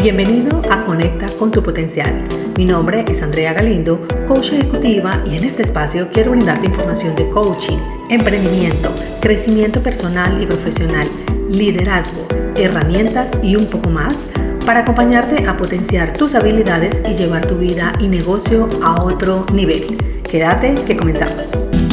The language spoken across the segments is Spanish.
Bienvenido a Conecta con tu Potencial. Mi nombre es Andrea Galindo, coach ejecutiva, y en este espacio quiero brindarte información de coaching, emprendimiento, crecimiento personal y profesional, liderazgo, herramientas y un poco más para acompañarte a potenciar tus habilidades y llevar tu vida y negocio a otro nivel. Quédate que comenzamos.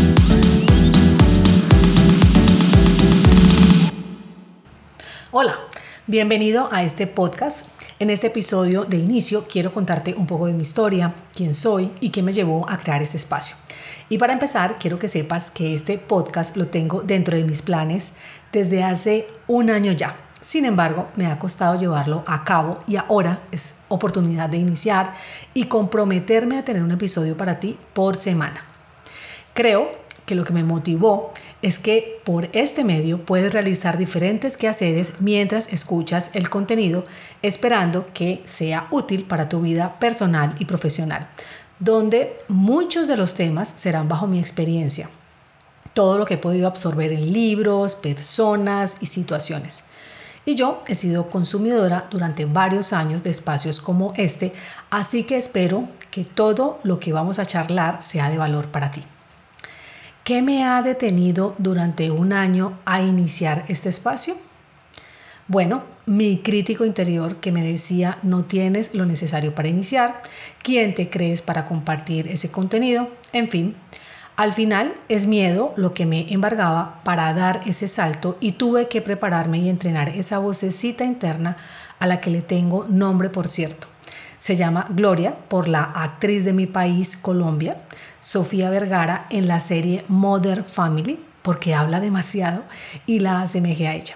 Hola, bienvenido a este podcast. En este episodio de inicio quiero contarte un poco de mi historia, quién soy y qué me llevó a crear este espacio. Y para empezar, quiero que sepas que este podcast lo tengo dentro de mis planes desde hace un año ya. Sin embargo, me ha costado llevarlo a cabo y ahora es oportunidad de iniciar y comprometerme a tener un episodio para ti por semana. Creo que lo que me motivó es que por este medio puedes realizar diferentes quehaceres mientras escuchas el contenido, esperando que sea útil para tu vida personal y profesional, donde muchos de los temas serán bajo mi experiencia, todo lo que he podido absorber en libros, personas y situaciones. Y yo he sido consumidora durante varios años de espacios como este, así que espero que todo lo que vamos a charlar sea de valor para ti. ¿Qué me ha detenido durante un año a iniciar este espacio? Bueno, mi crítico interior que me decía no tienes lo necesario para iniciar, quién te crees para compartir ese contenido, en fin. Al final es miedo lo que me embargaba para dar ese salto y tuve que prepararme y entrenar esa vocecita interna a la que le tengo nombre, por cierto. Se llama Gloria por la actriz de mi país, Colombia, Sofía Vergara, en la serie Modern Family, porque habla demasiado y la asemejé a ella.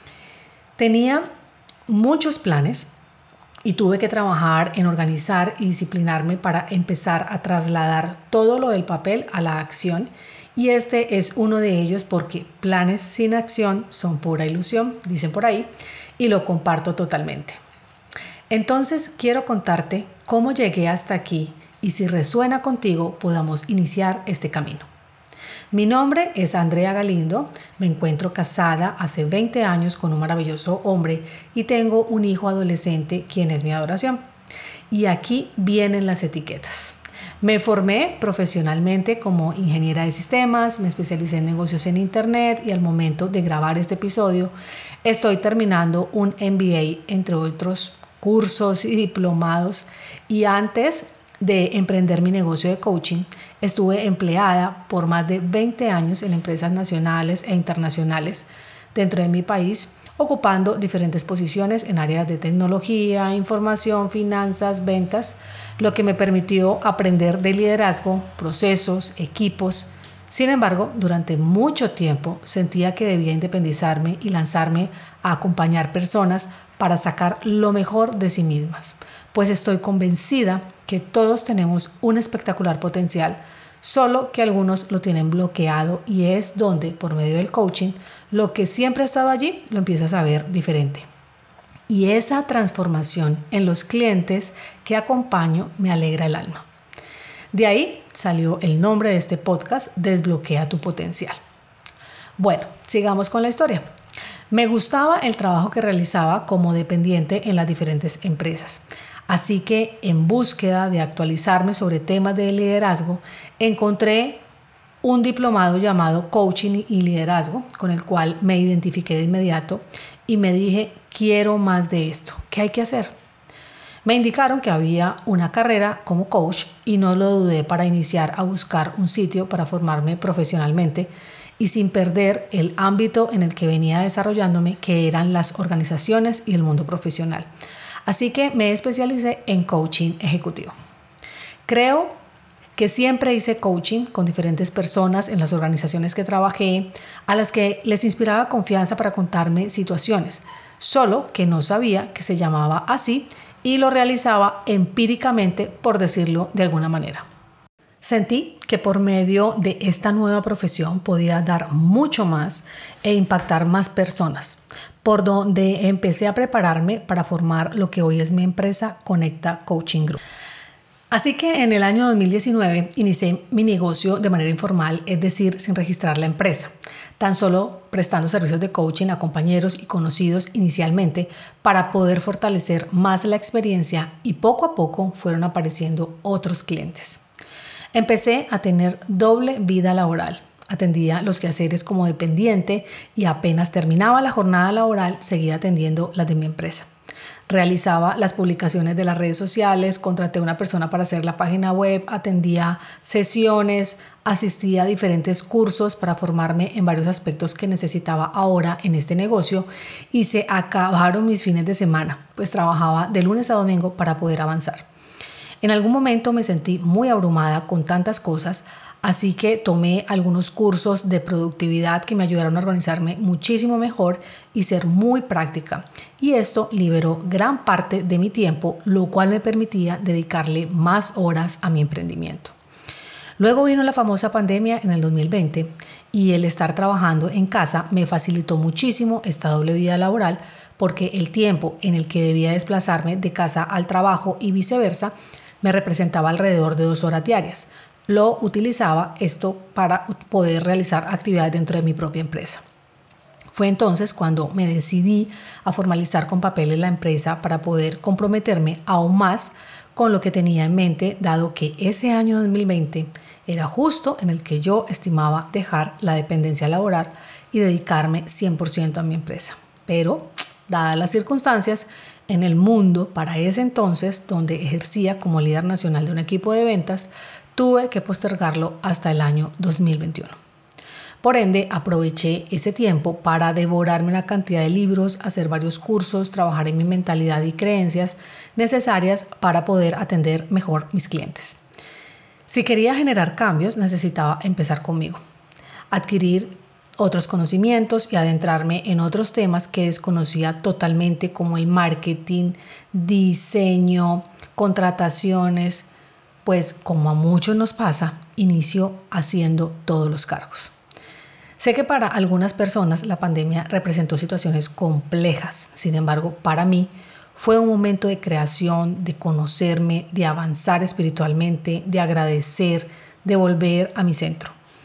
Tenía muchos planes y tuve que trabajar en organizar y disciplinarme para empezar a trasladar todo lo del papel a la acción, y este es uno de ellos porque planes sin acción son pura ilusión, dicen por ahí, y lo comparto totalmente. Entonces quiero contarte cómo llegué hasta aquí y si resuena contigo podamos iniciar este camino. Mi nombre es Andrea Galindo, me encuentro casada hace 20 años con un maravilloso hombre y tengo un hijo adolescente quien es mi adoración. Y aquí vienen las etiquetas. Me formé profesionalmente como ingeniera de sistemas, me especialicé en negocios en internet y al momento de grabar este episodio estoy terminando un MBA, entre otros cursos y diplomados, y antes de emprender mi negocio de coaching estuve empleada por más de 20 años en empresas nacionales e internacionales dentro de mi país, ocupando diferentes posiciones en áreas de tecnología, información, finanzas, ventas, lo que me permitió aprender de liderazgo, procesos, equipos. Sin embargo, durante mucho tiempo sentía que debía independizarme y lanzarme a acompañar personas para sacar lo mejor de sí mismas, pues estoy convencida que todos tenemos un espectacular potencial, solo que algunos lo tienen bloqueado, y es donde, por medio del coaching, lo que siempre ha estado allí lo empiezas a ver diferente. Y esa transformación en los clientes que acompaño me alegra el alma. De ahí salió el nombre de este podcast, Desbloquea tu Potencial. Bueno, sigamos con la historia. Me gustaba el trabajo que realizaba como dependiente en las diferentes empresas. Así que en búsqueda de actualizarme sobre temas de liderazgo, encontré un diplomado llamado Coaching y Liderazgo, con el cual me identifiqué de inmediato y me dije, quiero más de esto. ¿Qué hay que hacer? Me indicaron que había una carrera como coach y no lo dudé para iniciar a buscar un sitio para formarme profesionalmente y sin perder el ámbito en el que venía desarrollándome, que eran las organizaciones y el mundo profesional. Así que me especialicé en coaching ejecutivo. Creo que siempre hice coaching con diferentes personas en las organizaciones que trabajé, a las que les inspiraba confianza para contarme situaciones, solo que no sabía que se llamaba así y lo realizaba empíricamente, por decirlo de alguna manera. Sentí que por medio de esta nueva profesión podía dar mucho más e impactar más personas, por donde empecé a prepararme para formar lo que hoy es mi empresa, Conecta Coaching Group. Así que en el año 2019 inicié mi negocio de manera informal, es decir, sin registrar la empresa, tan solo prestando servicios de coaching a compañeros y conocidos inicialmente para poder fortalecer más la experiencia, y poco a poco fueron apareciendo otros clientes. Empecé a tener doble vida laboral. Atendía los quehaceres como dependiente y apenas terminaba la jornada laboral seguía atendiendo las de mi empresa. Realizaba las publicaciones de las redes sociales, contraté a una persona para hacer la página web, atendía sesiones, asistía a diferentes cursos para formarme en varios aspectos que necesitaba ahora en este negocio, y se acabaron mis fines de semana, pues trabajaba de lunes a domingo para poder avanzar. En algún momento me sentí muy abrumada con tantas cosas, así que tomé algunos cursos de productividad que me ayudaron a organizarme muchísimo mejor y ser muy práctica. Y esto liberó gran parte de mi tiempo, lo cual me permitía dedicarle más horas a mi emprendimiento. Luego vino la famosa pandemia en el 2020 y el estar trabajando en casa me facilitó muchísimo esta doble vida laboral, porque el tiempo en el que debía desplazarme de casa al trabajo y viceversa me representaba alrededor de 2 horas diarias. Lo utilizaba esto para poder realizar actividades dentro de mi propia empresa. Fue entonces cuando me decidí a formalizar con papeles la empresa para poder comprometerme aún más con lo que tenía en mente, dado que ese año 2020 era justo en el que yo estimaba dejar la dependencia laboral y dedicarme 100% a mi empresa. Pero, dadas las circunstancias en el mundo para ese entonces, donde ejercía como líder nacional de un equipo de ventas, tuve que postergarlo hasta el año 2021. Por ende, aproveché ese tiempo para devorarme una cantidad de libros, hacer varios cursos, trabajar en mi mentalidad y creencias necesarias para poder atender mejor mis clientes. Si quería generar cambios, necesitaba empezar conmigo, adquirir otros conocimientos y adentrarme en otros temas que desconocía totalmente, como el marketing, diseño, contrataciones. Pues como a muchos nos pasa, inicio haciendo todos los cargos. Sé que para algunas personas la pandemia representó situaciones complejas. Sin embargo, para mí fue un momento de creación, de conocerme, de avanzar espiritualmente, de agradecer, de volver a mi centro.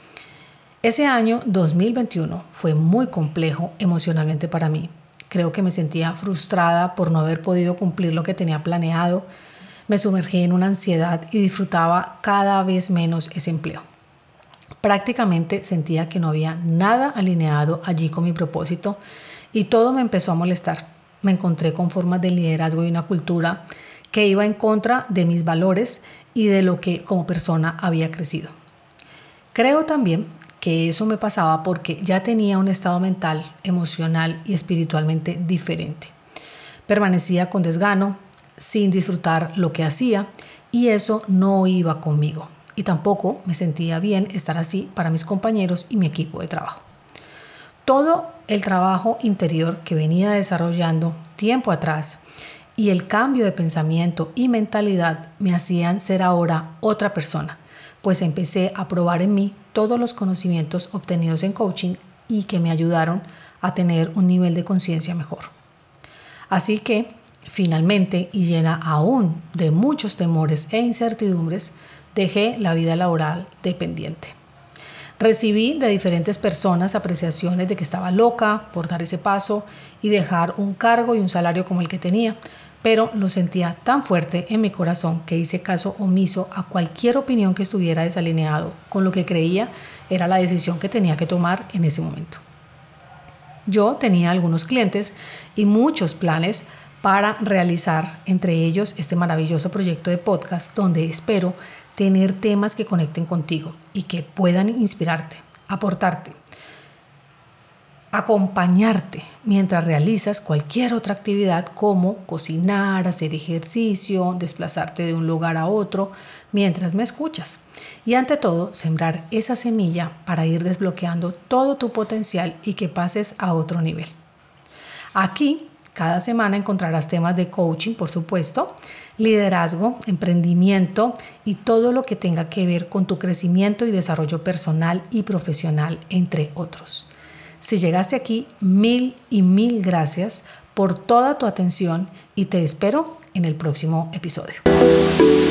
Ese año 2021 fue muy complejo emocionalmente para mí. Creo que me sentía frustrada por no haber podido cumplir lo que tenía planeado. Me sumergí en una ansiedad y disfrutaba cada vez menos ese empleo. Prácticamente sentía que no había nada alineado allí con mi propósito y todo me empezó a molestar. Me encontré con formas de liderazgo y una cultura que iba en contra de mis valores y de lo que como persona había crecido. Creo también que eso me pasaba porque ya tenía un estado mental, emocional y espiritualmente diferente. Permanecía con desgano, sin disfrutar lo que hacía, y eso no iba conmigo. Y tampoco me sentía bien estar así para mis compañeros y mi equipo de trabajo. Todo el trabajo interior que venía desarrollando tiempo atrás y el cambio de pensamiento y mentalidad me hacían ser ahora otra persona, pues empecé a probar en mí todos los conocimientos obtenidos en coaching y que me ayudaron a tener un nivel de conciencia mejor. Así que, finalmente, y llena aún de muchos temores e incertidumbres, dejé la vida laboral dependiente. Recibí de diferentes personas apreciaciones de que estaba loca por dar ese paso y dejar un cargo y un salario como el que tenía, pero lo sentía tan fuerte en mi corazón que hice caso omiso a cualquier opinión que estuviera desalineado con lo que creía era la decisión que tenía que tomar en ese momento. Yo tenía algunos clientes y muchos planes para realizar, entre ellos este maravilloso proyecto de podcast donde espero tener temas que conecten contigo y que puedan inspirarte, aportarte, acompañarte mientras realizas cualquier otra actividad como cocinar, hacer ejercicio, desplazarte de un lugar a otro mientras me escuchas. Y ante todo, sembrar esa semilla para ir desbloqueando todo tu potencial y que pases a otro nivel. Aquí, cada semana encontrarás temas de coaching, por supuesto, liderazgo, emprendimiento y todo lo que tenga que ver con tu crecimiento y desarrollo personal y profesional, entre otros. Si llegaste aquí, mil gracias por toda tu atención y te espero en el próximo episodio.